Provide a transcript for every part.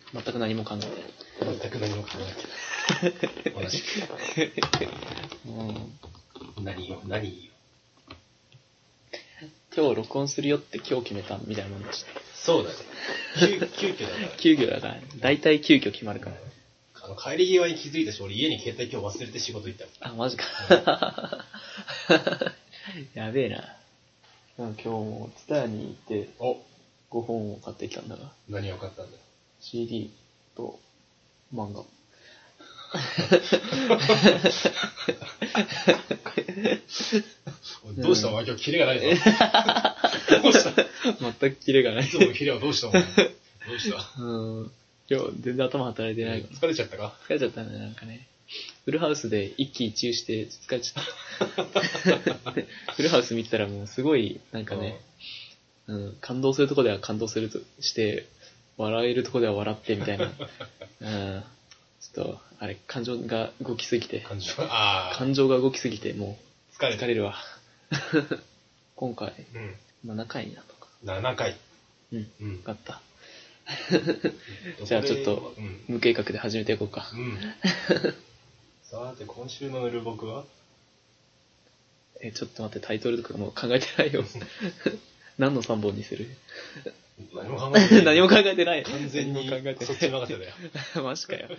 全く何も考えてない。 全く何も考えてない。同じく。何よ。 今日録音するよって今日決めたみたいなもんでした。 そうだね。急遽だから。 急遽だから、大体急遽決まるから。 帰り際に気づいたし、俺家に携帯今日忘れて仕事行った。 あ、マジか。やべえな。今日もツタヤに行って5本を買ってきたんだが。 何を買ったんだよ。 CD と漫画。 どうしたお前今日キレがないぞ。どうした全くキレがない。 いつものキレはどうしたお前。どうした今日全然頭働いてないから。 疲れちゃったか？ 疲れちゃったね、なんかね。フルハウスで一喜一憂して疲れちゃった。フルハウス見てたらもうすごい、なんかね、感動するとこでは感動するとして、笑えるとこでは笑ってみたいな。ちょっと、あれ、感情が動きすぎて。感情が動きすぎて、もう、疲れるわ。今回、7回になったか。 7回。 よかった。じゃあちょっと、無計画で始めていこうか。 さて、今週のぬるぼくはちょっと待って、タイトルとかもう考えてないよ。何の3本にする？ 何も考えてない。 何も考えてない。 完全にそっち任せだよ。 マジかよ。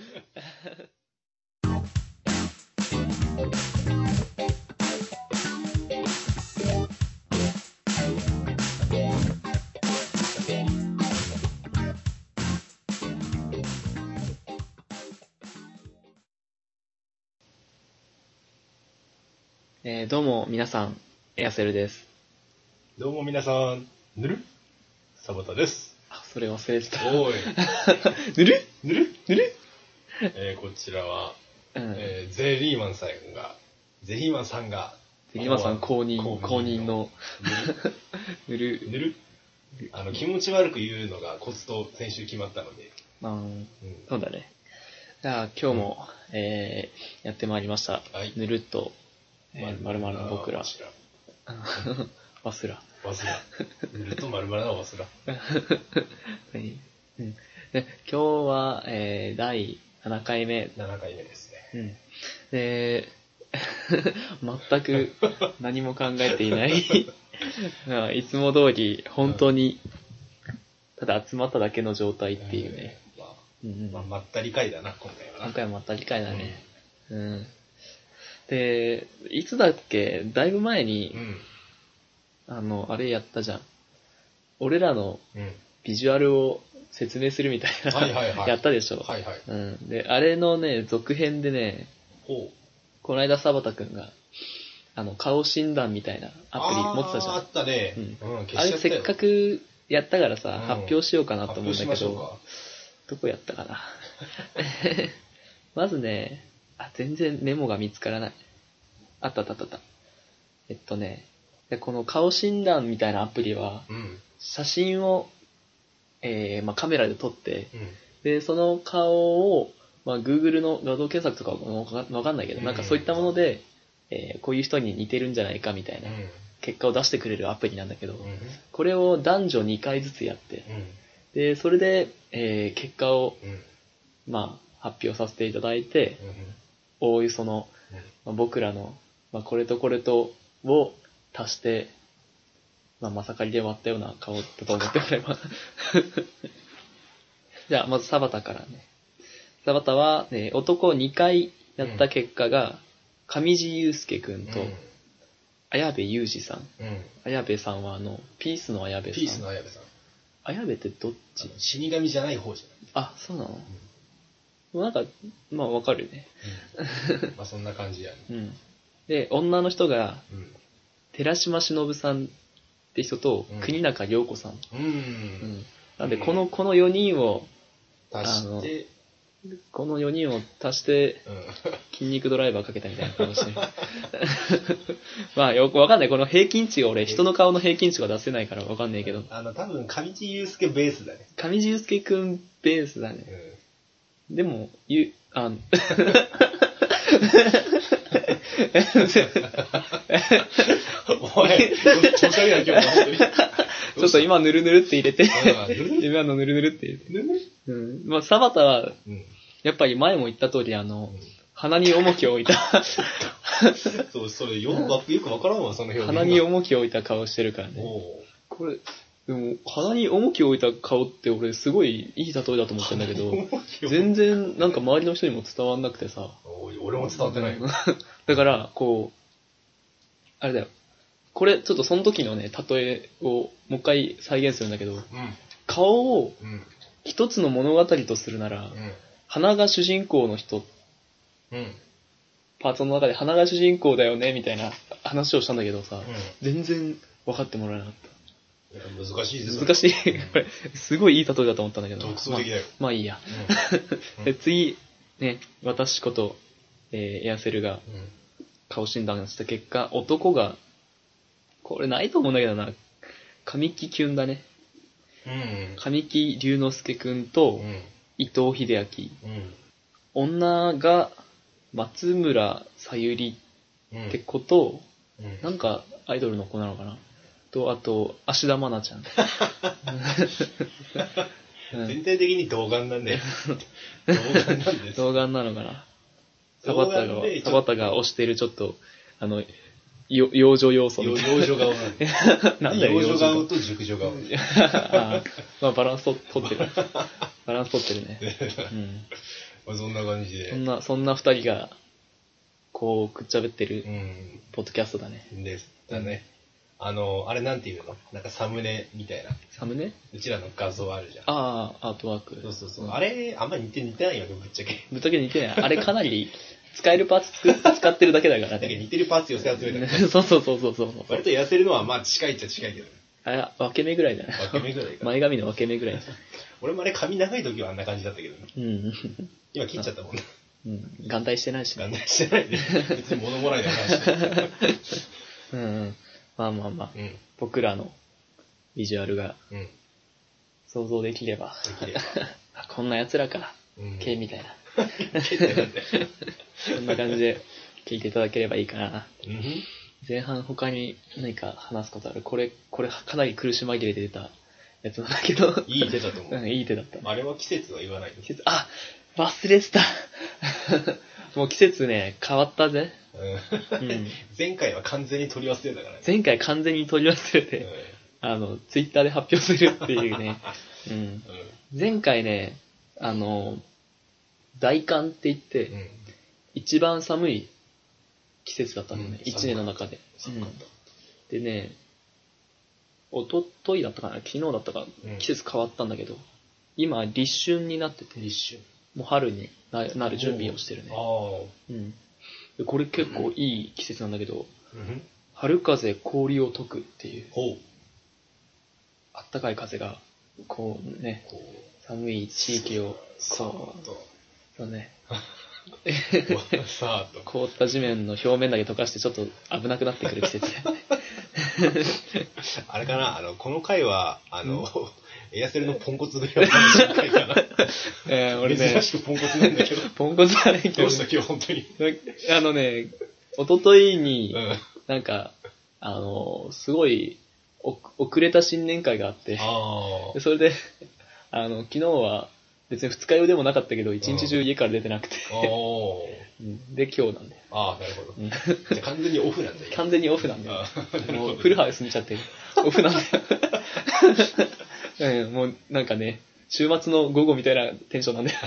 どうも皆さん、エアセルです。 どうも皆さん、ぬるサバタです。 あ、それ忘れてた。 おい。 ぬるこちらは、ゼリーマンさん公認のぬる気持ち悪く言うのがコツと先週決まったので。 そうだね。じゃあ今日も、やってまいりました。ぬるっと。まるまるの僕ら。わすら。 ぬるっとまるまるのわすら。 今日は、第7回目。 7回目ですね。 で、全く何も考えていない。いつも通り、本当に、ただ集まっただけの状態っていうね。 まったり会だな、今回は。 今回はまったり会だね。で、いつだっけ？だいぶ前に、あれやったじゃん。俺らのビジュアルを説明するみたいな、やったでしょ。で、あれのね、続編でね、この間サバタくんが、顔診断みたいなアプリ持ってたじゃん。 あったね。 あれせっかくやったからさ、発表しようかなと思うんだけど、どこやったかな。まずね、全然メモが見つからない。あった。この顔診断みたいなアプリは、写真を、カメラで撮って、で、その顔を、Google の画像検索とかもわかんないけど、なんかそういったもので、こういう人に似てるんじゃないかみたいな結果を出してくれるアプリなんだけど、これを男女2回ずつやって、で、それで、結果を、発表させていただいて、おおよその、僕らの、これとこれとを足して、まさかりで割ったような顔だと思ってもらえば。じゃあ、まずサバタからね。サバタは、男2回やった結果が、上地雄介くんと、綾部裕二さん。綾部さんはピースの綾部さん。綾部ってどっち？ 死神じゃない方じゃない。あ、そうなの？なんか、わかるよね。 そんな感じやね。 で、女の人が、寺島しのぶさんって人と、国中涼子さん。なんで、この4人を、この4人を足して、筋肉ドライバーかけたみたいな感じで。よくわかんない。この平均値が俺、人の顔の平均値が出せないからわかんないけど。 多分、上地雄介ベースだね。 上地雄介くんベースだね。でも、 お前、調子悪いな、今日は本当に。 ちょっと今ぬるぬるって入れて、今のぬるぬるって入れて。うん。まあ、サバタは、やっぱり前も言った通り、鼻に重きを置いた。 そう、それよくわからんわ、その表現。 鼻に重きを置いた顔してるからね。これ、でも、鼻に重きを置いた顔って俺すごいいい例えだと思ってんだけど、全然なんか周りの人にも伝わんなくてさ。 俺も伝わってない。 だから、こう、あれだよ。これ、ちょっとその時のね、例えをもう一回再現するんだけど、顔を一つの物語とするなら、鼻が主人公の人、パーツの中で鼻が主人公だよね、みたいな話をしたんだけどさ、全然分かってもらえなかった。 難しいですね。難しい。これ、すごいいい例えだと思ったんだけど。 独創的だよ。 まあいいや。で次、ね、私こと、エアセルが顔診断した結果、男が、これないと思うんだけどな、神木キュンだね。神木隆之介くんと伊藤英明。女が松村さゆりって子と、なんかアイドルの子なのかなと、あと、芦田愛菜ちゃん。 全体的に童顔なんだよ。童顔なんです。 童顔なのかな。サバタが推してるちょっと、幼女要素みたいな。 幼女顔なんだよ。なんだよ、幼女顔と熟女顔。 まあバランス取ってる。バランス取ってるね。 そんな感じで。 そんな二人が、こう、くっちゃべってる、ポッドキャストだね。 だね。あれなんていうのなんかサムネみたいな。 サムネ？ うちらの画像あるじゃん。 ああ、アートワーク。 そう。あれ、あんまり似てないよね、ぶっちゃけ。 ぶっちゃけ似てない。あれかなり、使えるパーツ使ってるだけだからね。 似てるパーツ寄せ集めたね。そう。 割と痩せるのはまあ近いっちゃ近いけどね。 あれ、分け目ぐらいだね。 分け目ぐらいか。 前髪の分け目ぐらい。 俺もあれ髪長い時はあんな感じだったけどね。今切っちゃったもんね。 眼帯してないしね。眼帯してないで。別に物もらいの話。 まあ。僕らのビジュアルが想像できれば。こんな奴らか。K みたいな。そんな感じで聞いていただければいいかな。前半他に何か話すことある？これかなり苦し紛れで出たやつなんだけど。 いい手だと思う。 いい手だった。 あれは季節は言わないの？ 忘れてた。もう季節ね、変わったぜ。 前回は完全に取り忘れたからね。 前回完全に取り忘れて、ツイッターで発表するっていうね。前回ね、大寒って言って、一番寒い季節だったのね、一年の中で。でね、おとといだったかな、昨日だったか、季節変わったんだけど、今、立春になってて、もう春になる準備をしてるね。でこれ結構いい季節なんだけど、春風氷を解くっていう、あったかい風が、こうね、寒い地域を、そうね、凍った地面の表面だけ溶かしてちょっと危なくなってくる季節で。 あれかな、この回は、エアセルのポンコツぐらいの話の回かな。俺ね、珍しくポンコツなんだけど。 ポンコツだね、 どうした今日本当に。 おとといに、なんか、すごい、遅れた新年会があって、それで、昨日は別に二日酔いでもなかったけど、一日中家から出てなくて、で、今日なんだよ。 なるほど。じゃあ完全にオフなんだよ。 完全にオフなんだよ。もうフルハウス見ちゃって、オフなんだよ。もうなんかね、週末の午後みたいなテンションなんだよ。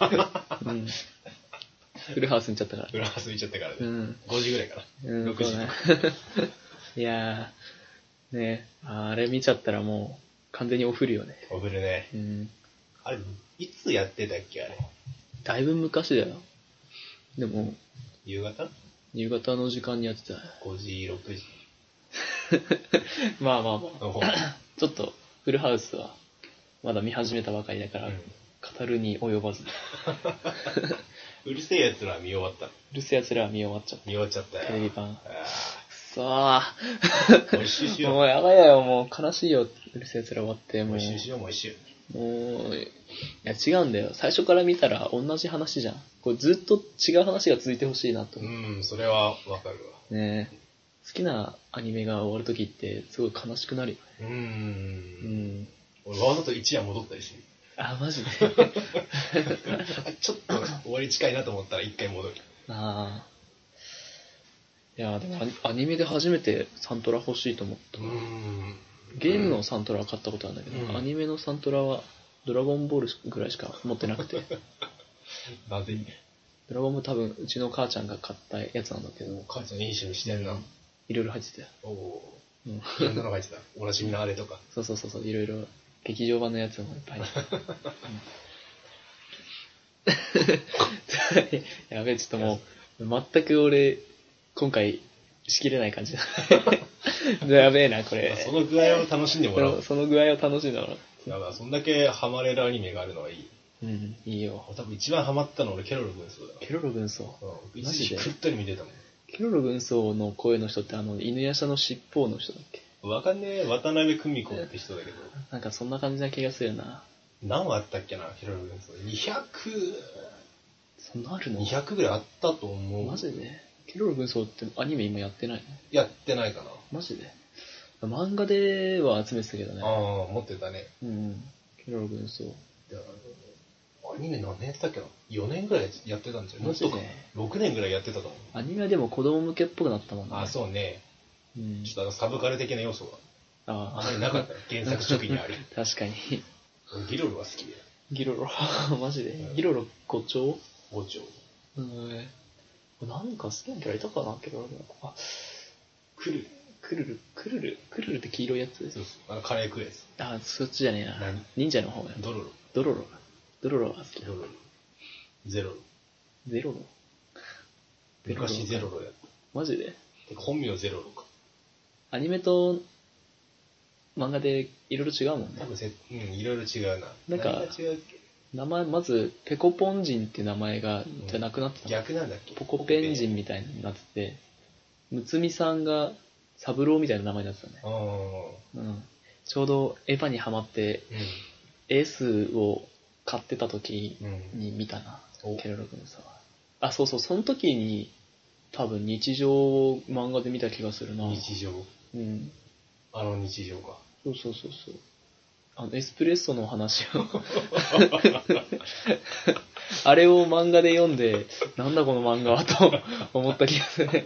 フルハウス見ちゃったから。 フルハウス見ちゃったからね。5時ぐらいかな。6時。 いやー、ね、あれ見ちゃったらもう完全にオフるよね。 オフるね。あれ、いつやってたっけあれ。 だいぶ昔だよ。でも、 夕方の時間にやってた。 5時、6時。 まあ。ちょっと、フルハウスは、まだ見始めたばかりだから、語るに及ばず。 うるせえ奴らは見終わった。 うるせえ奴らは見終わっちゃった。 見終わっちゃったよ。 テレビ版。くそー。 もう一周しよう。 もうやばいよ、もう悲しいよ。うるせえ奴ら終わって、 もう一周しよう、もう一周。 もう、いや違うんだよ。最初から見たら同じ話じゃん。これずっと違う話が続いてほしいなと思う。 それはわかるわ。 ねえ。好きなアニメが終わるときってすごい悲しくなるよね。俺わざと一夜戻ったりする。 あ、マジでちょっと終わり近いなと思ったら一回戻る。 ああ。いや、でもアニメで初めてサントラ欲しいと思った。ゲームのサントラは買ったことあるんだけど、アニメのサントラはドラゴンボールぐらいしか持ってなくて。 なぜドラゴンボール多分うちの母ちゃんが買ったやつなんだけど。 母ちゃんいい趣味してるな。 いろいろ入ってたよ。 おお。いろんなの入ってた。おなじみのあれとか。 そう、いろいろ劇場版のやつもいっぱい。やべえ、ちょっともう、全く俺、今回、しきれない感じだ。やべえな、これ。 その具合を楽しんでもらおう。 その具合を楽しんでもらおう。 だから、そんだけハマれるアニメがあるのはいい。 いいよ。 多分一番ハマったの俺、ケロロ軍曹だ。 ケロロ軍曹。 一時食ったり見てたもん。 ケロロ軍曹の声の人って犬夜叉の尻尾の人だっけ？ わかんねえ、渡辺久美子って人だけど。 なんかそんな感じな気がするな。 何話あったっけな、ケロロ軍曹。200、 そんなあるの ?200 ぐらいあったと思う。 マジで？ケロロ軍曹ってアニメ今やってないの？ やってないかな。 マジで？漫画では集めてたけどね。 ああ、持ってたね。 ケロロ軍曹。 アニメ何年やってたっけな ?4 年ぐらいやってたんじゃない？もっとか。6年ぐらいやってたと思う。 アニメはでも子供向けっぽくなったもんね。 あ、そうね。ちょっとサブカル的な要素があまりなかった。原作初期にある。 確かに。 ギロロは好きで。 ギロロマジで、ギロロ5丁？ 5丁。 なんか好きなキャラいたかな、ケロロ。あ、クルルって黄色いやつ？ そうそう。カレー食うやつ。 あ、そっちじゃねえな。忍者の方や。 ドロロ。 ドロロが好きだ。 ドロロ。ゼロロ。 ゼロロ？ 昔ゼロロやった。 マジで？ 本名ゼロロか。 アニメと漫画でいろいろ違うもんね。 多分いろいろ違うな。 なんか、 何が違うっけ？ 名前、まず、ペコポンジンって名前が、じゃなくなってた。 逆なんだっけ？ ポコペンジンみたいになってて、むつみさんがサブローみたいな名前になってたね。ちょうどエヴァにハマって、エースを買ってた時に見たな、ケロロ軍曹は。あ、そう、その時に、多分日常を漫画で見た気がするな。 日常？あの日常か。 そう。エスプレッソの話をあれを漫画で読んで、なんだこの漫画はと思った気がする。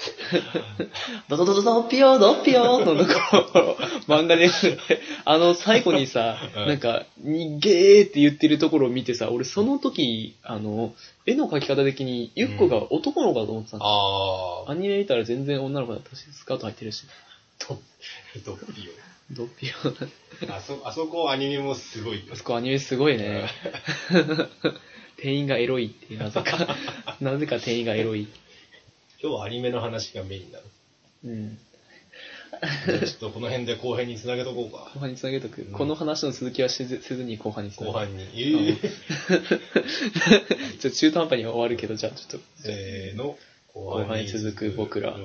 ドピヨのところ、漫画で読んで、最後にさ、なんか、にげーって言ってるところを見てさ、俺その時、絵の描き方的に、ゆっこが男の子だと思ってたんだ。アニメ見たら全然女の子だったし、スカート入ってるし。ドピヨ。 あそこアニメもすごいよ。 あそこアニメすごいね。店員がエロいってなぜか店員がエロい。 今日はアニメの話がメインだろ。ちょっとこの辺で後編につなげとこうか。 後半につなげとく。この話の続きはせずに後半につなげ後半に。 ちょっと中途半端には終わるけど、じゃあちょっと。 せーの。 後半に続く僕ら。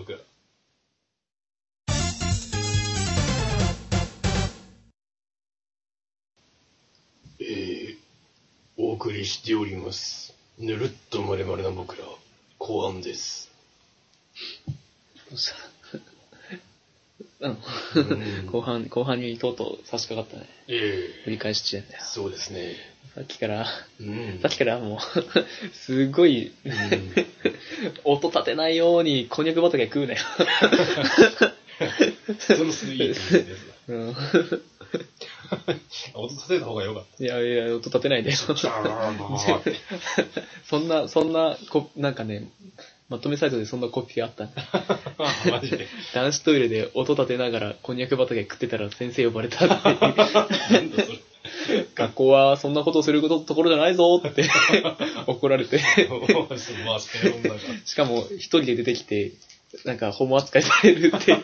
お送りしております。ぬるっと丸々な僕ら、後半です。 どうした後半にとうとう差し掛かったね。繰り返し地点だよ。 そうですね。 さっきからもうすごい、音立てないようにこんにゃく畑食うなよ。 そのスイーツです音立てた方がよかった。 いや、音立てないでよ。そんな、なんかね、まとめサイトでそんなコピーあったんだ。 マジで。 男子トイレで音立てながらこんにゃく畑食ってたら先生呼ばれたって。学校はそんなことをするところじゃないぞって怒られて。しかも一人で出てきて、なんかホモ扱いされるっていう。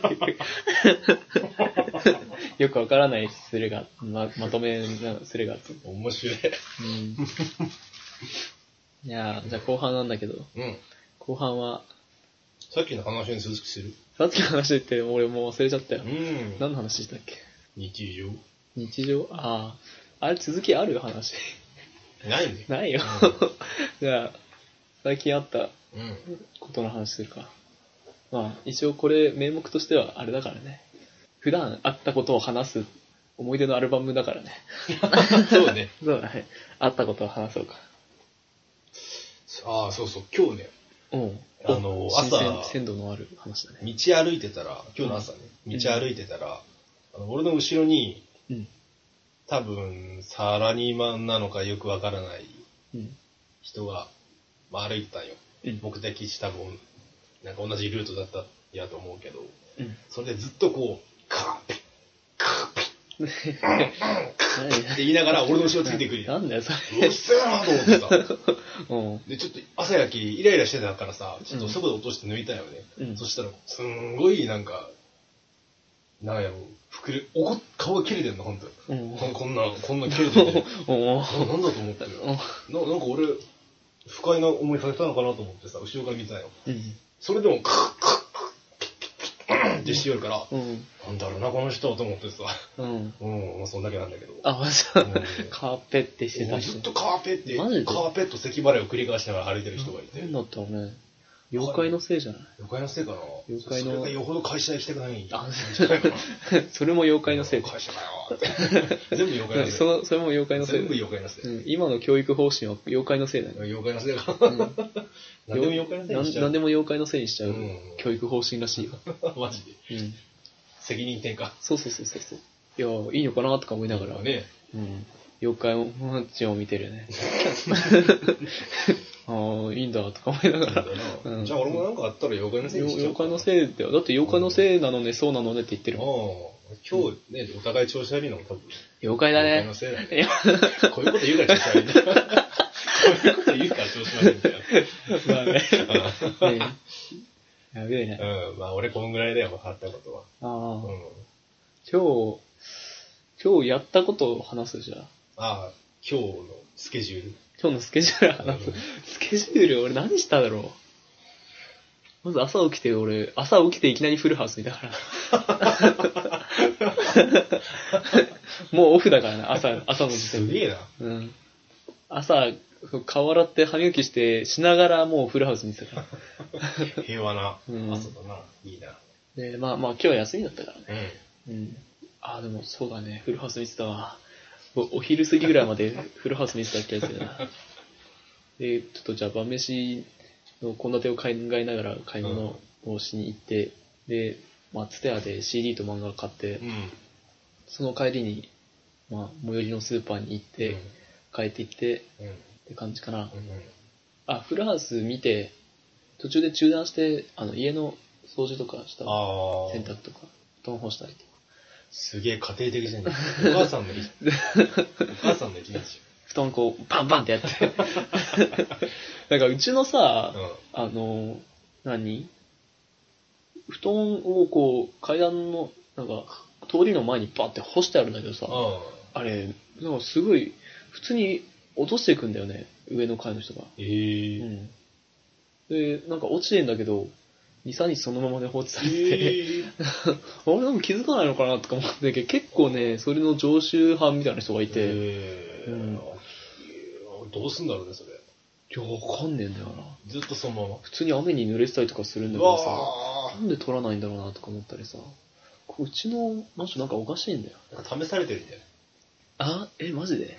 よくわからないスレが、まとめなスレがあって。 面白い。 いやじゃあ後半なんだけど。後半は。 さっきの話に続きする？ さっきの話って俺もう忘れちゃったよ。何の話したっけ？ 日常。 日常？ あれ続きある話。 ないんだよ。 ないよ。じゃあ、最近あったことの話するか。まあ、一応これ名目としてはあれだからね。普段あったことを話す思い出のアルバムだからね。 そうね。 そうだね。あったことを話そうか。 ああ、そうそう、今日ね。 朝、鮮度のある話だね。 道歩いてたら、今日の朝ね、道歩いてたら、俺の後ろに、多分、サラリーマンなのかよくわからない人が、まあ、歩いてたんよ。目的地多分、なんか同じルートだったやと思うけど、それでずっとこう、カーピッ、カーピッ、って言いながら俺の後ろついてくる。 なんだよ、それ。 うっせえなと思ってさ。で、ちょっと朝焼きイライラしてたからさ、ちょっと速度落として抜いたよね。そしたら、すんごいなんか、なんやろ、顔が切れてんの、ほんと。こんな切れてて。なんだと思ってるよ。なんか俺、不快な思いされたのかなと思ってさ、後ろから見てたよ。それでも、ってしてよるから、なんだろうな、この人と思ってさ。まあそんだけなんだけど。 カーペってしてたずっとカーペって、カーペット咳払いを繰り返しながら歩いてる人がいて。 なんだったろうね。妖怪のせいじゃない？ 妖怪のせいかな。 妖怪の。 それがよほど会社行きたくないんじゃないかな。それも妖怪のせい。 会社かよって。全部妖怪のせい。 それも妖怪のせい。 全部妖怪のせい。 今の教育方針は妖怪のせいだね。 妖怪のせいか。何でも妖怪のせいにしちゃう。 何でも妖怪のせいにしちゃう教育方針らしいよ。 マジで。責任転嫁。 そう。いや、いいのかなとか思いながら。 ね。 妖怪マッチを見てるよね。ああ、いいんだとか思いながら。 じゃあ俺もなんかあったら妖怪のせいにしちゃう。 妖怪のせいだよ。だって妖怪のせいなのね、そうなのねって言ってるもん。今日ね、お互い調子悪いのも多分。 妖怪だね。 妖怪のせいだね。こういうこと言うから調子悪いんだよ。こういうこと言うから調子悪いんだよ。 まあね。やべえね。 まあ俺こんぐらいだよ、あったことは。 今日やったことを話すじゃあ。 今日のスケジュール。 今日のスケジュール話す。スケジュール俺何しただろう。まず朝起きていきなりフルハウス見たから。もうオフだからな、朝の時点で。 すげえな。 朝、顔洗って歯磨きしてしながらもうフルハウス見てたから。 平和な朝だな。いいな。 で、まあ今日は休みだったからね。でもそうだね、フルハウス見てたわ。お昼過ぎぐらいまでフルハウス見てた気がするな。で、ちょっとじゃあ晩飯の献立を考えながら買い物をしに行って、で、まあツタヤで CD と漫画を買って、その帰りに、まあ最寄りのスーパーに行って、帰って行って、って感じかな。フルハウス見て、途中で中断して、家の掃除とかした。洗濯とか、布団干したりとか。 すげえ家庭的じゃん。お母さんの一日。 布団こう、バンバンってやって。なんかうちのさ、布団をこう、階段の、なんか、通りの前にバーって干してあるんだけどさ、あれ、なんかすごい、普通に落としていくんだよね、上の階の人が。で、なんか落ちてんだけど、2、3日そのままで放置されて、あれなんか気づかないのかなとか思ってけど、結構ね、それの常習犯みたいな人がいて、 どうすんだろうね、それ。 いや、わかんねえんだよな。 ずっとそのまま。 普通に雨に濡れてたりとかするんだけどさ、なんで取らないんだろうなとか思ったりさ、うちのマンションなんかおかしいんだよ。 なんか試されてるんだよ。 マジで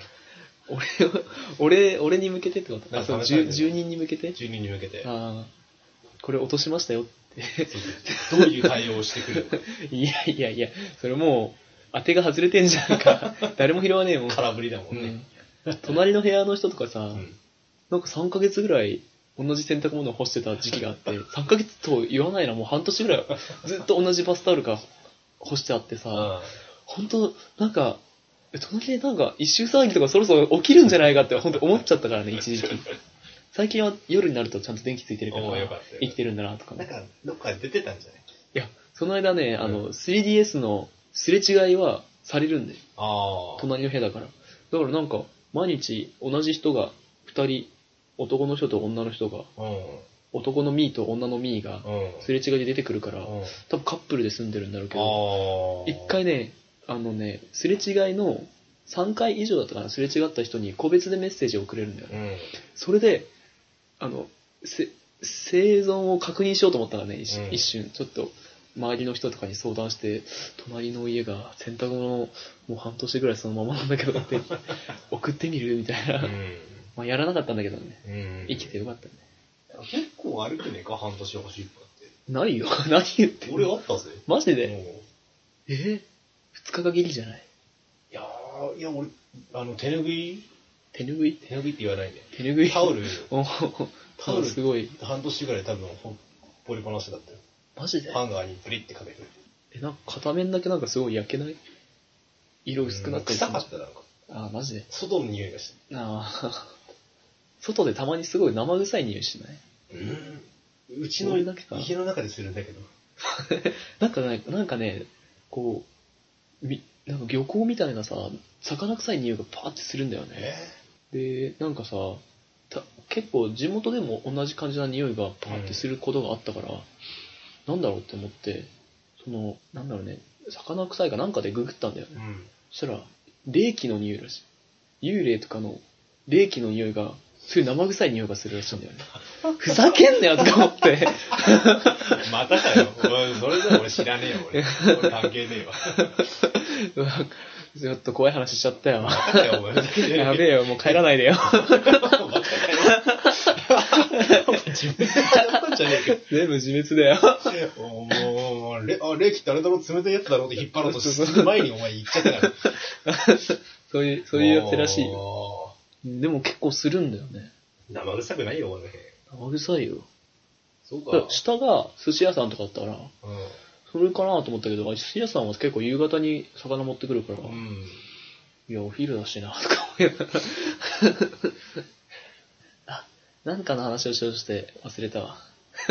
俺に向けてってこと住人に向けて住人に向けて。 これ落としましたよって。 どういう対応をしてくるいや、それもう、当てが外れてんじゃんか。誰も拾わねえもん。 空振りだもんね。 隣の部屋の人とかさ、なんか3ヶ月ぐらい同じ洗濯物を干してた時期があって、3ヶ月と言わないな、もう半年ぐらいずっと同じバスタオルが干してあってさ、本当なんか、隣でなんか一周騒ぎとかそろそろ起きるんじゃないかって本当思っちゃったからね、一時期。最近は夜になるとちゃんと電気ついてるから生きてるんだなとか、 なんかどっか出てたんじゃない？ いや、その間ね、3DS のすれ違いはされるんで、隣の部屋だから。だからなんか毎日同じ人が2人、男の人と女の人が、男のミーと女のミーがすれ違いで出てくるから、多分カップルで住んでるんだろうけど、一回ね、すれ違いの 3回以上だったかな、すれ違った人に個別でメッセージを送れるんだよね。 うん、 それで、生存を確認しようと思ったらね、一瞬、ちょっと、周りの人とかに相談して、隣の家が洗濯物もう半年ぐらいそのままなんだけどって、送ってみるみたいな。まあやらなかったんだけどね。生きてよかったね。 結構悪くねえか、半年欲しいって。 ないよ。何言ってんの。 俺あったぜ。 マジで2日限りじゃない。 いや俺、手拭い手拭いって言わないね。 手拭いタオル。 タオルすごい。 半年ぐらい多分、ほっぽりっぱなしだったよ。 マジでハンガーにプリってかけて。 なんか片面だけなんかすごい焼けない？色薄くなったりする。 臭かったなんか。 ああ、マジで。 外の匂いがした。 ああ。外でたまにすごい生臭い匂いしない？ うちの家の中でするんだけど。 なんかね、こう、なんか漁港みたいなさ、魚臭い匂いがパーってするんだよね。で、なんかさ、結構地元でも同じ感じな匂いがパーってすることがあったから、なんだろうって思って、なんだろうね、魚臭いかなんかでググったんだよね。そしたら、霊気の匂いらしい。幽霊とかの霊気の匂いが、そういう生臭い匂いがするらしいんだよね。ふざけんなよとか思って。 またかよ。それじゃ俺知らねえよ、俺関係ねえわ。 ちょっと怖い話しちゃったよ。 またかよ、お前。 やべえよ、もう帰らないでよ。 自滅だったんじゃねえか。 全部自滅だよ。 もう、霊気ってあれだろ、冷たいやつだろって引っ張ろうとする前にお前言っちゃったから。 そういうやつらしいよ。でも結構するんだよね。 生臭くないよ、俺。 生臭いよ。 そうか。 下が寿司屋さんとかだったら、それかなと思ったけど、寿司屋さんは結構夕方に魚持ってくるから、いや、お昼だしな、とか思いながら。なんかの話をしようとして忘れたわ。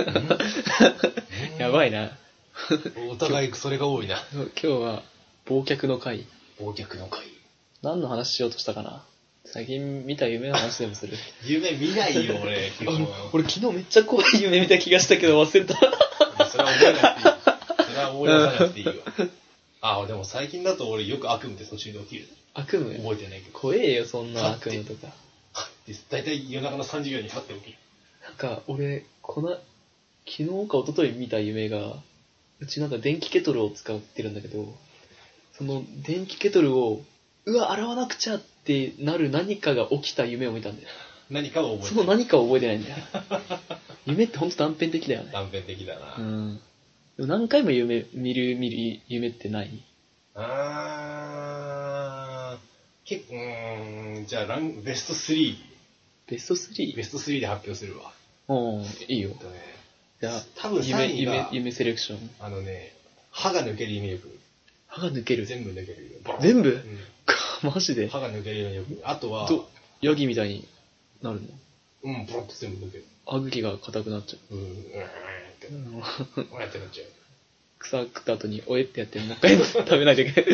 やばいな。 お互いそれが多いな。 今日は、忘却の回。 忘却の回。 何の話しようとしたかな。最近見た夢の話でもする。 夢見ないよ、俺。 俺昨日めっちゃ怖い夢見た気がしたけど忘れた。 それは覚えなくていい。それは思い出さなくていいわ。でも最近だと俺よく悪夢って途中で起きる。 悪夢覚えてないけど。 怖えよ、そんな悪夢とか。 だいたい夜中の3時ぐらいにパッて起きる。 なんか俺、昨日か一昨日見た夢が、うちなんか電気ケトルを使ってるんだけど、その電気ケトルを、洗わなくちゃってなる何かが起きた夢を見たんだよ。 何かを覚えてない。 その何かを覚えてないんだよ。夢ってほんと断片的だよね。 断片的だな。 でも何回も見る夢ってないじゃあベスト3。 ベスト 3？ ベスト3で発表するわ。 いいよ。じゃあ、 多分3位が夢セレクション。 歯が抜ける夢力。 歯が抜ける？ 全部抜ける。 全部？マジで？ 歯が抜ける夢力。あとは、 ヤギみたいになるの？ ポロッと全部抜ける。 歯茎が硬くなっちゃう。 ってなっちゃう。 草食った後におえってやってもう一回食べないといけない。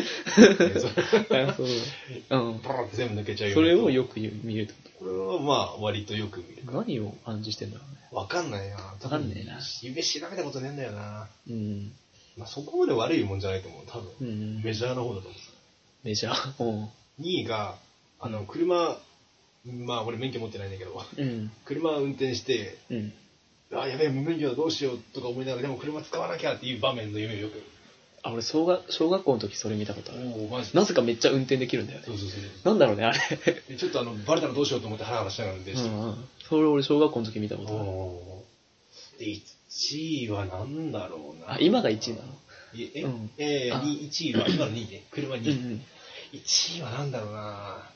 ポロッと全部抜けちゃう。 それをよく見るってこと？ これはまあ割とよく見る。 何を暗示してんだろうね。 わかんないな。 わかんねえな。 夢調べたことねえんだよな。そこまで悪いもんじゃないと思う。多分。メジャーの方だと思う。 メジャー？ 2位が、車、俺免許持ってないんだけど、車運転して、やべえ、無免許だどうしようとか思いながら、でも車使わなきゃっていう場面の夢をよく。 俺小学校の時それ見たことある。なぜかめっちゃ運転できるんだよね。 そう。 なんだろうね、あれ。 ちょっとバレたらどうしようと思ってハラハラしながら運転して。 それ俺小学校の時見たことある。 で、1位はなんだろうな。 今が1位なの ？1位は、今の2位ね。車2位。1位はなんだろうな。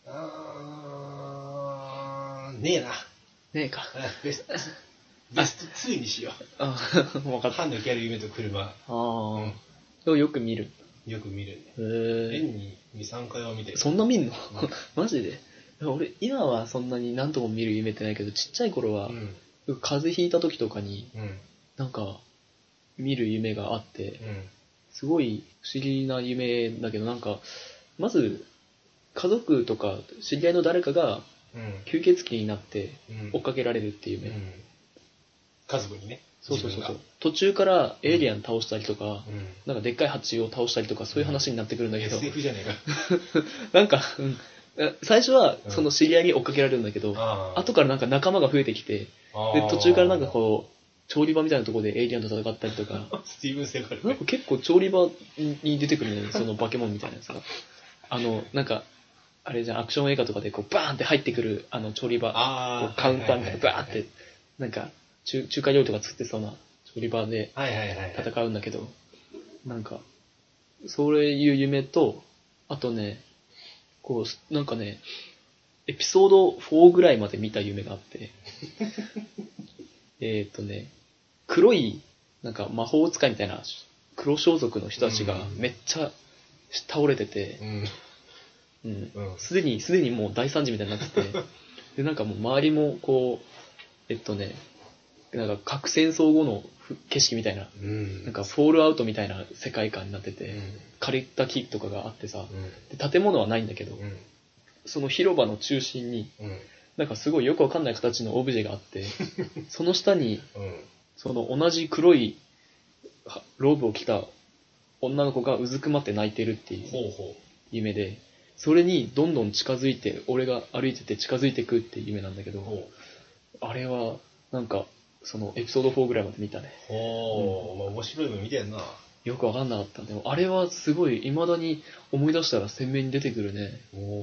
ねえな。 ねえか。 ベスト2にしよう。 分かった。 歯抜ける夢と車。 でもよく見る。 よく見るね。年に2、3回は見てる。 そんな見んの？マジで？俺、今はそんなに何とも見る夢ってないけど、ちっちゃい頃は、風邪ひいた時とかに、なんか、見る夢があって、すごい不思議な夢だけど、なんか、まず、家族とか知り合いの誰かが、吸血鬼になって追っかけられるっていう夢。 家族にね。 そう。途中からエイリアン倒したりとか、なんかでっかい蜂を倒したりとか、そういう話になってくるんだけど。 SF じゃねえか。なんか、最初はその知り合いに追っかけられるんだけど、後からなんか仲間が増えてきて、で、途中からなんかこう、調理場みたいなところでエイリアンと戦ったりとか、 スティーブン・セガール、 なんか結構調理場に出てくるね、その化け物みたいなやつが。なんか、あれじゃん、アクション映画とかでこうバーンって入ってくる調理場、カウンターみたいなバーンって、なんか中華料理とか作ってそうな調理場で戦うんだけど、なんか、そういう夢と、あとね、こう、なんかね、エピソード4ぐらいまで見た夢があって、黒い、なんか魔法使いみたいな黒装束の人たちがめっちゃ倒れてて、すでにもう大惨事みたいになってて、で、なんかもう周りもこう、なんか核戦争後の景色みたいな、なんかフォールアウトみたいな世界観になってて、枯れた木とかがあってさ、で建物はないんだけど、その広場の中心に、なんかすごいよくわかんない形のオブジェがあって、その下に、その同じ黒いローブを着た女の子がうずくまって泣いてるっていう夢で、それにどんどん近づいて、俺が歩いてて近づいてくっていう夢なんだけど、あれはなんかそのエピソード4ぐらいまで見たね。 まあ面白いの見てんな。 よくわかんなかった。でもあれはすごい未だに思い出したら鮮明に出てくるね。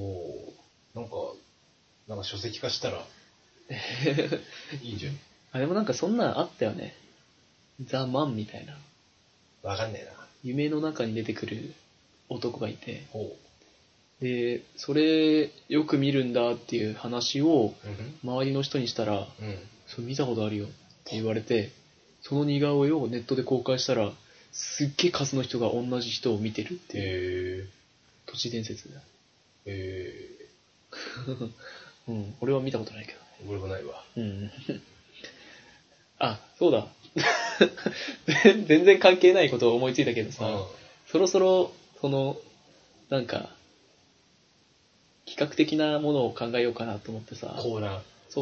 なんか書籍化したらいいじゃん。 あ、でもなんかそんなんあったよね。ザ・マンみたいな。 わかんねえな。 夢の中に出てくる男がいて、で、それよく見るんだっていう話を周りの人にしたら、それ見たことあるよって言われて、その似顔絵をネットで公開したら、すっげえ数の人が同じ人を見てるっていう。都市伝説だ。俺は見たことないけど。 俺もないわ。 あ、そうだ。全然関係ないことを思いついたけどさ、そろそろ、なんか、企画的なものを考えようかなと思ってさ。 コーナー。 そう。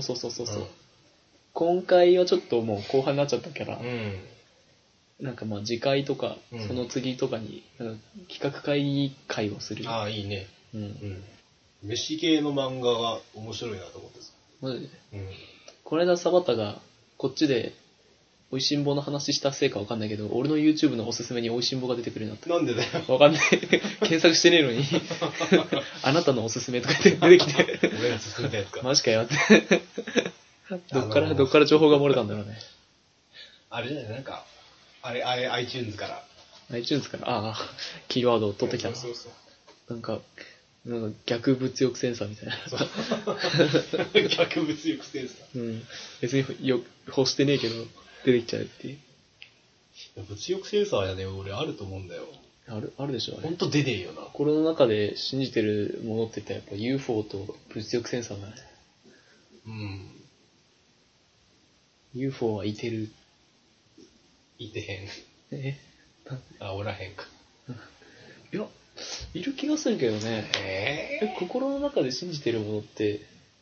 今回はちょっともう後半になっちゃったから、なんかまあ次回とか、その次とかに、なんか企画会をする。 ああ、いいね。飯系の漫画が面白いなと思ってさ。 マジで？この間サバタが、こっちで、美味しんぼの話したせいかわかんないけど、俺の YouTube のおすすめに美味しんぼが出てくるようになった。 なんでだよ。 わかんない。検索してねえのに。あなたのおすすめとか言って出てきて。 俺が勧めたやつか。 マジかよって。どっから情報が漏れたんだろうね。 あれじゃない、なんか、iTunes から。 iTunes から、キーワードを取ってきたの。そう。なんか逆物欲センサーみたいな。 逆物欲センサー。 別に欲してねえけど、出てきちゃうっていう。 物欲センサーやね、俺あると思うんだよ。 あるでしょ、あれ。 ほんと出ねえよな。 心の中で信じてるものって言ったらやっぱ UFO と物欲センサーだね。UFO はいてる。 いてへん。おらへんか。 いや、いる気がするけどね。心の中で信じてるものって、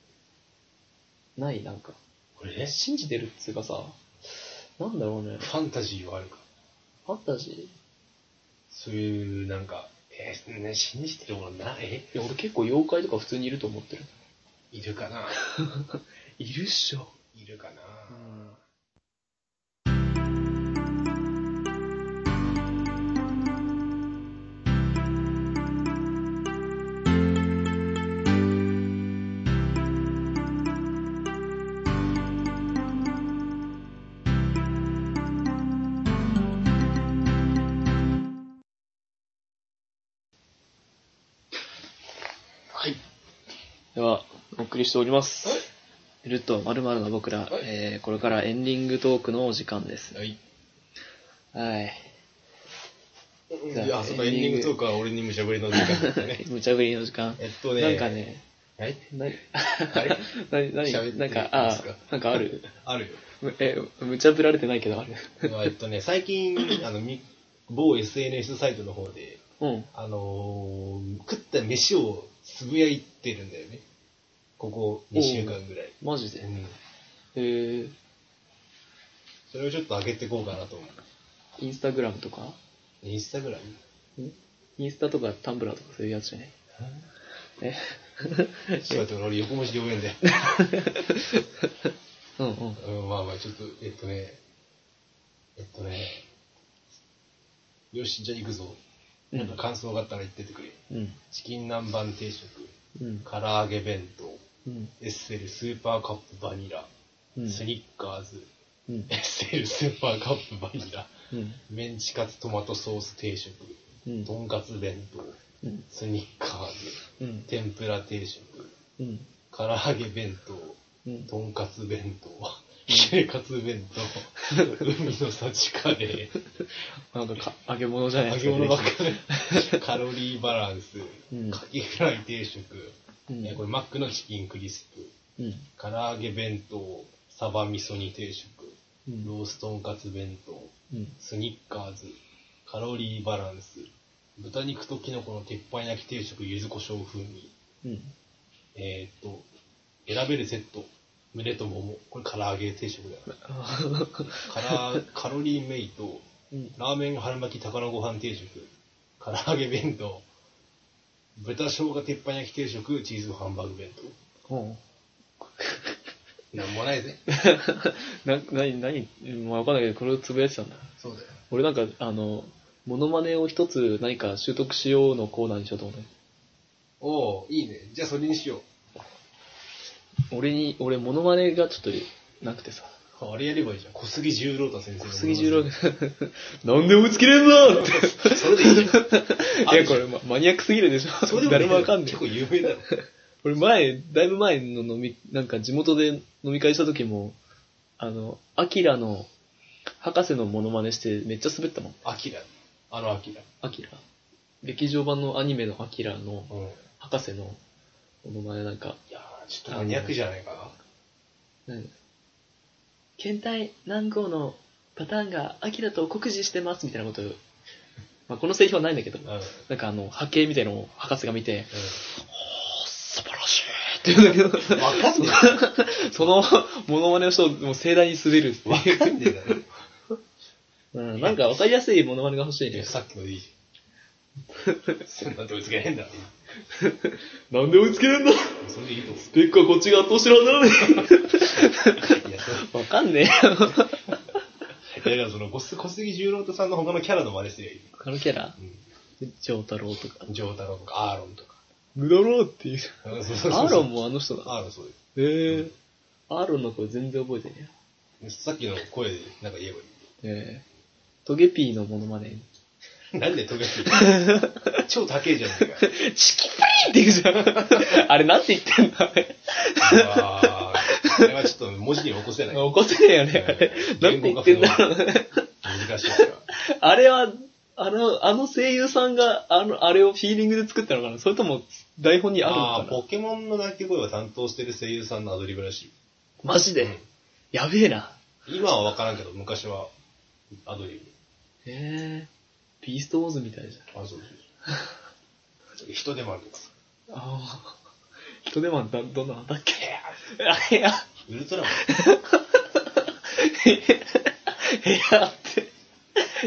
ないなんか。信じてるっつうかさ、なんだろうね。 ファンタジーはあるか。 ファンタジー？ そういう、なんか、信じてるものない？ いや、俺結構妖怪とか普通にいると思ってる。 いるかな。 いるっしょ。 いるかな。 では、お送りしております。ルット〇〇の僕ら、これからエンディングトークのお時間です。はい。 いや、そうか、エンディングトークは俺に無茶ぶりの時間だったね。 無茶ぶりの時間。なんかね、なんかある？ あるよ。無茶ぶられてないけどある。 最近、某 SNS サイトの方で、食った飯をつぶやいてるんだよね。ここ2週間ぐらい。 マジで？ それをちょっと上げていこうかなと思う。 インスタグラムとかインスタグラムインスタとかタンブラーとかそういうやつじゃないちょっと待って、俺横文字で読めんで。 うん。 まあまあ、ちょっと、よし、じゃあ行くぞ。なんか感想があったら言っててくれ。チキン南蛮定食、唐揚げ弁当、エッセルスーパーカップバニラ、スニッカーズ、エッセルスーパーカップバニラ、メンチカツトマトソース定食、とんかつ弁当、スニッカーズ、天ぷら定食、唐揚げ弁当、とんかつ弁当、ヒレカツ弁当、海の幸カレー。 なんか揚げ物じゃないですか。揚げ物ばっかり。カロリーバランス、カキフライ定食、これマックのチキンクリスプ、唐揚げ弁当、サバ味噌煮定食、ローストンカツ弁当、スニッカーズ、カロリーバランス、豚肉とキノコの鉄板焼き定食、柚子胡椒風味。選べるセット、胸と桃。これ唐揚げ定食だよ。カロリーメイト、ラーメン春巻き高菜ご飯定食、唐揚げ弁当、豚生姜鉄板焼き定食、チーズハンバーグ弁当。なんもないぜ。 わかんないけど、これをつぶやいてたんだ。 そうだよ。 俺なんか、モノマネを一つ何か習得しようのコーナーにしようと思うね。 おー、いいね。じゃあそれにしよう。 俺、モノマネがちょっとなくてさ。 あれやればいいじゃん。小杉十郎太先生の。 小杉十郎なんで追いつけれんのって。 それでいいじゃん。 いや、これ、マニアックすぎるでしょ。それで誰もわかんない。 結構有名だろ。 俺だいぶ前のなんか地元で飲み会した時も、アキラの、博士のモノマネしてめっちゃ滑ったもん。 アキラ。アキラ。 劇場版のアニメのアキラの、博士のモノマネなんか。 いやー、ちょっとマニアックじゃないかな。 検体何号のパターンがアキラと酷似してますみたいなことを、まあ、この製品はないんだけど、なんか波形みたいなのを博士が見て、素晴らしいって言うんだけど、 わかんねえそのモノマネの人もう盛大に滑る。 わかんねえだろ。なんかわかりやすいモノマネが欲しいね。 さっきのでいいじゃん。なんで追いつけへんだ。 なんで追いつけるんだ。 それでいいと思う。 スペックはこっちが圧倒してるはずなのに。わかんねえよ。 だからその小杉十郎太さんの他のキャラの真似すりゃいい。 他のキャラ丈太郎とか。 丈太郎とか、アーロンとか。 無だろうっていう。アーロンもあの人だ。 アーロンそうです。 アーロンの声全然覚えてねえ。さっきの声でなんか言えばいい。 トゲピーのモノマネ。 なんでトゲピー超高いじゃないか。 チキピーって言うじゃん。あれなんて言ってんだあれはちょっと文字に起こせない。 起こせねえよね、あれ。なんて言ってんだろうね。 難しいから。 あれは、あの声優さんが、あれをフィーリングで作ったのかな、それとも台本にあるのかな。 ポケモンの鳴き声を担当してる声優さんのアドリブらしい。 マジで、やべえな。 今は分からんけど、昔はアドリブ。 ビーストウォーズみたいじゃん。 そう。人手マンとか。 人手マンどんなのだっけ。いや。 ウルトラマン。 いやって。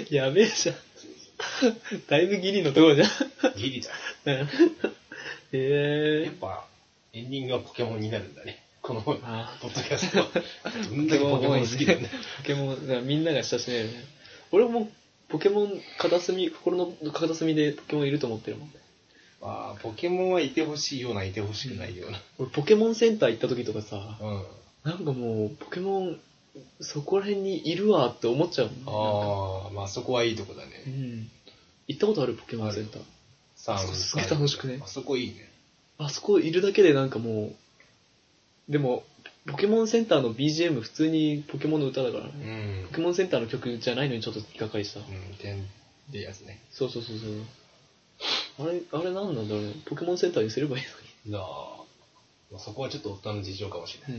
やべえじゃん。だいぶギリのところじゃん。 ギリじゃん。やっぱ、エンディングはポケモンになるんだね。このポッドキャストは。どんだけポケモン好きなんだ。 ポケモン、みんなが親しめるね。俺もポケモン心の片隅でポケモンいると思ってるもんね。 ポケモンはいてほしいような、いてほしくないような。 俺ポケモンセンター行った時とかさ、なんかもう、ポケモン、そこら辺にいるわって思っちゃうもん。 まあそこはいいとこだね。 行ったことあるポケモンセンター。すげえ楽しくね。 あそこいいね。 あそこいるだけでなんかもう、でも、ポケモンセンターの BGM 普通にポケモンの歌だからね。ポケモンセンターの曲じゃないのにちょっとがっかりした。 点でやつね。 そう。あれなんなんだろうね。ポケモンセンターにすればいいのに。そこはちょっと夫の事情かもしれない。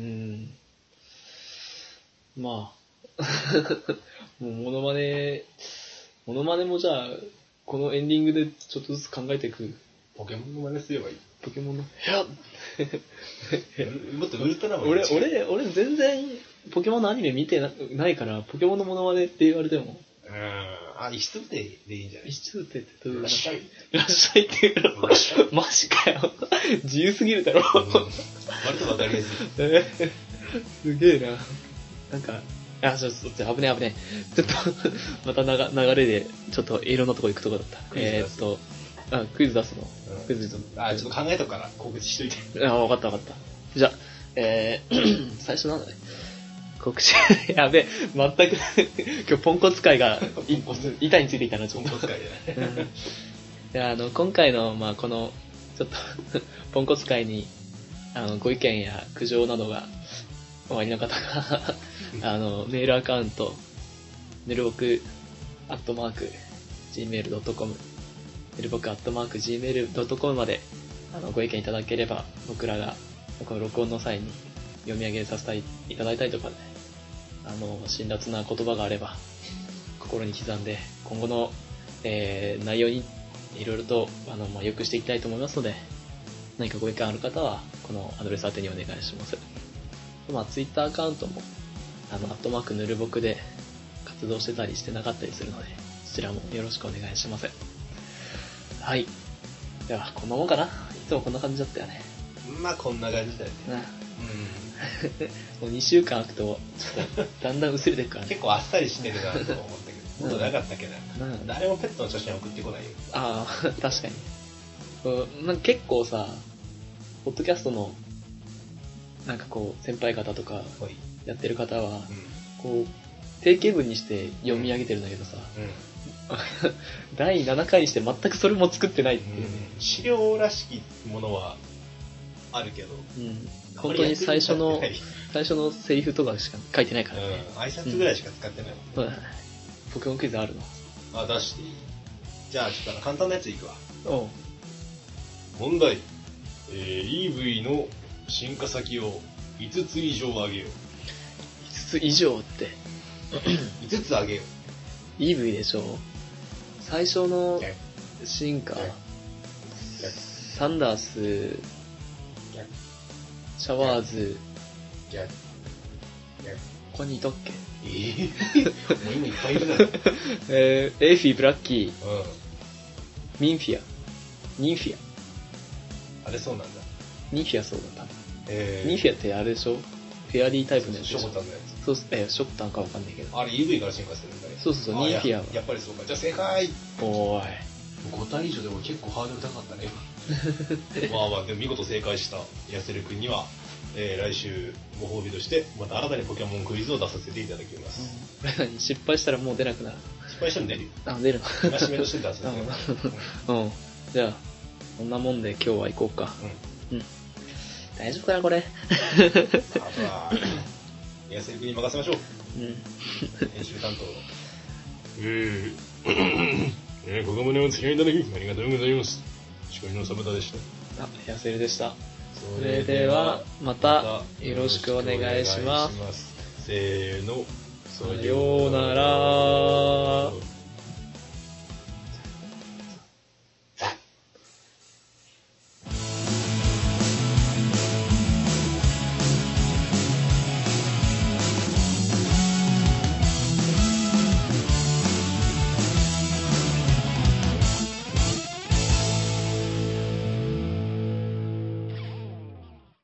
まあ。もうモノマネもじゃあ、このエンディングでちょっとずつ考えていく。 ポケモンの真似すればいい。 ポケモンの。 もっとウルトラマン俺全然ポケモンのアニメ見てないから、ポケモンのモノマネって言われても。 遺失部でいいんじゃない？ 遺失部ってどういうらっしゃい。 らっしゃいっていうの。マジかよ。自由すぎるだろ。 割とわかりやすい。 すげえな。なんか、危ねえ。ちょっと、また流れで、ちょっといろんなとこ行くとこだった。クイズ出すの。クイズ出すの。 ちょっと考えとくから告知しといて。 わかった。じゃあ、最初なんだね。告知、やべえ、全く、今日ポンコツ会が、板についていたな、ちょっと。 ポンコツ会じゃない。今回の、この、ちょっと、ポンコツ会に、ご意見や苦情などが、おありの方が、メールアカウント、ぬるぼく、@gmail.com、ぬるぼく、@gmail.com まで、ご意見いただければ、僕らが、この録音の際に、読み上げさせていただいたりとかね、辛辣な言葉があれば、心に刻んで、今後の、内容にいろいろと、良くしていきたいと思いますので、何かご意見ある方は、このアドレス宛てにお願いします。ツイッターアカウントも、ぬるぼくで活動してたりしてなかったりするので、そちらもよろしくお願いします。はい。では、こんなもんかな？いつもこんな感じだったよね。 こんな感じだよね。 もう2週間空くと、ちょっとだんだん薄れていくからね。 結構あっさりしてるなと思ったけど、もっとなかったっけな。誰もペットの写真送ってこないよ。 確かに。結構さ、ポッドキャストの、先輩方とか、やってる方は、定型文にして読み上げてるんだけどさ、第7回にして全くそれも作ってないっていうね。 資料らしきものはあるけど、 本当に最初のセリフとかしか書いてないからね。 挨拶ぐらいしか使ってないもんね。 ポケモンクイズあるの？ 出していい？じゃあちょっと簡単なやついくわ。問題。EV の進化先を5つ以上上げよう。 5つ以上って。 5つ上げよう。EV でしょ。最初の進化。サンダース。シャワーズ。ここにいたっけ？ もう今いっぱいいるな。 エイフィー、ブラッキー。ミンフィア。ニンフィア。 あれそうなんだ。 ニンフィアそうだった。ニンフィアってあれでしょ？フェアリータイプのやつ。 ショコタンのやつ。 そうショコタンかわかんないけど。 あれ EV から進化してるんだね。 そう、ニンフィアは。 やっぱりそうか。じゃあ正解。 おーい。 5体以上でも結構ハードル高かったね。でも見事正解したヤセル君には、来週ご褒美としてまた新たにポケモンクイズを出させていただきます。 失敗したらもう出なくなる。 失敗したら出るよ。 出るの。 締めとして出す。 じゃあこんなもんで今日は行こうか。大丈夫かなこれ。 あとはヤセル君に任せましょう。編集担当の。ここまでお付き合いいただきありがとうございます。司会のサブタでした。 ヤセルでした。それではまたよろしくお願いします。 せーの、 さようなら。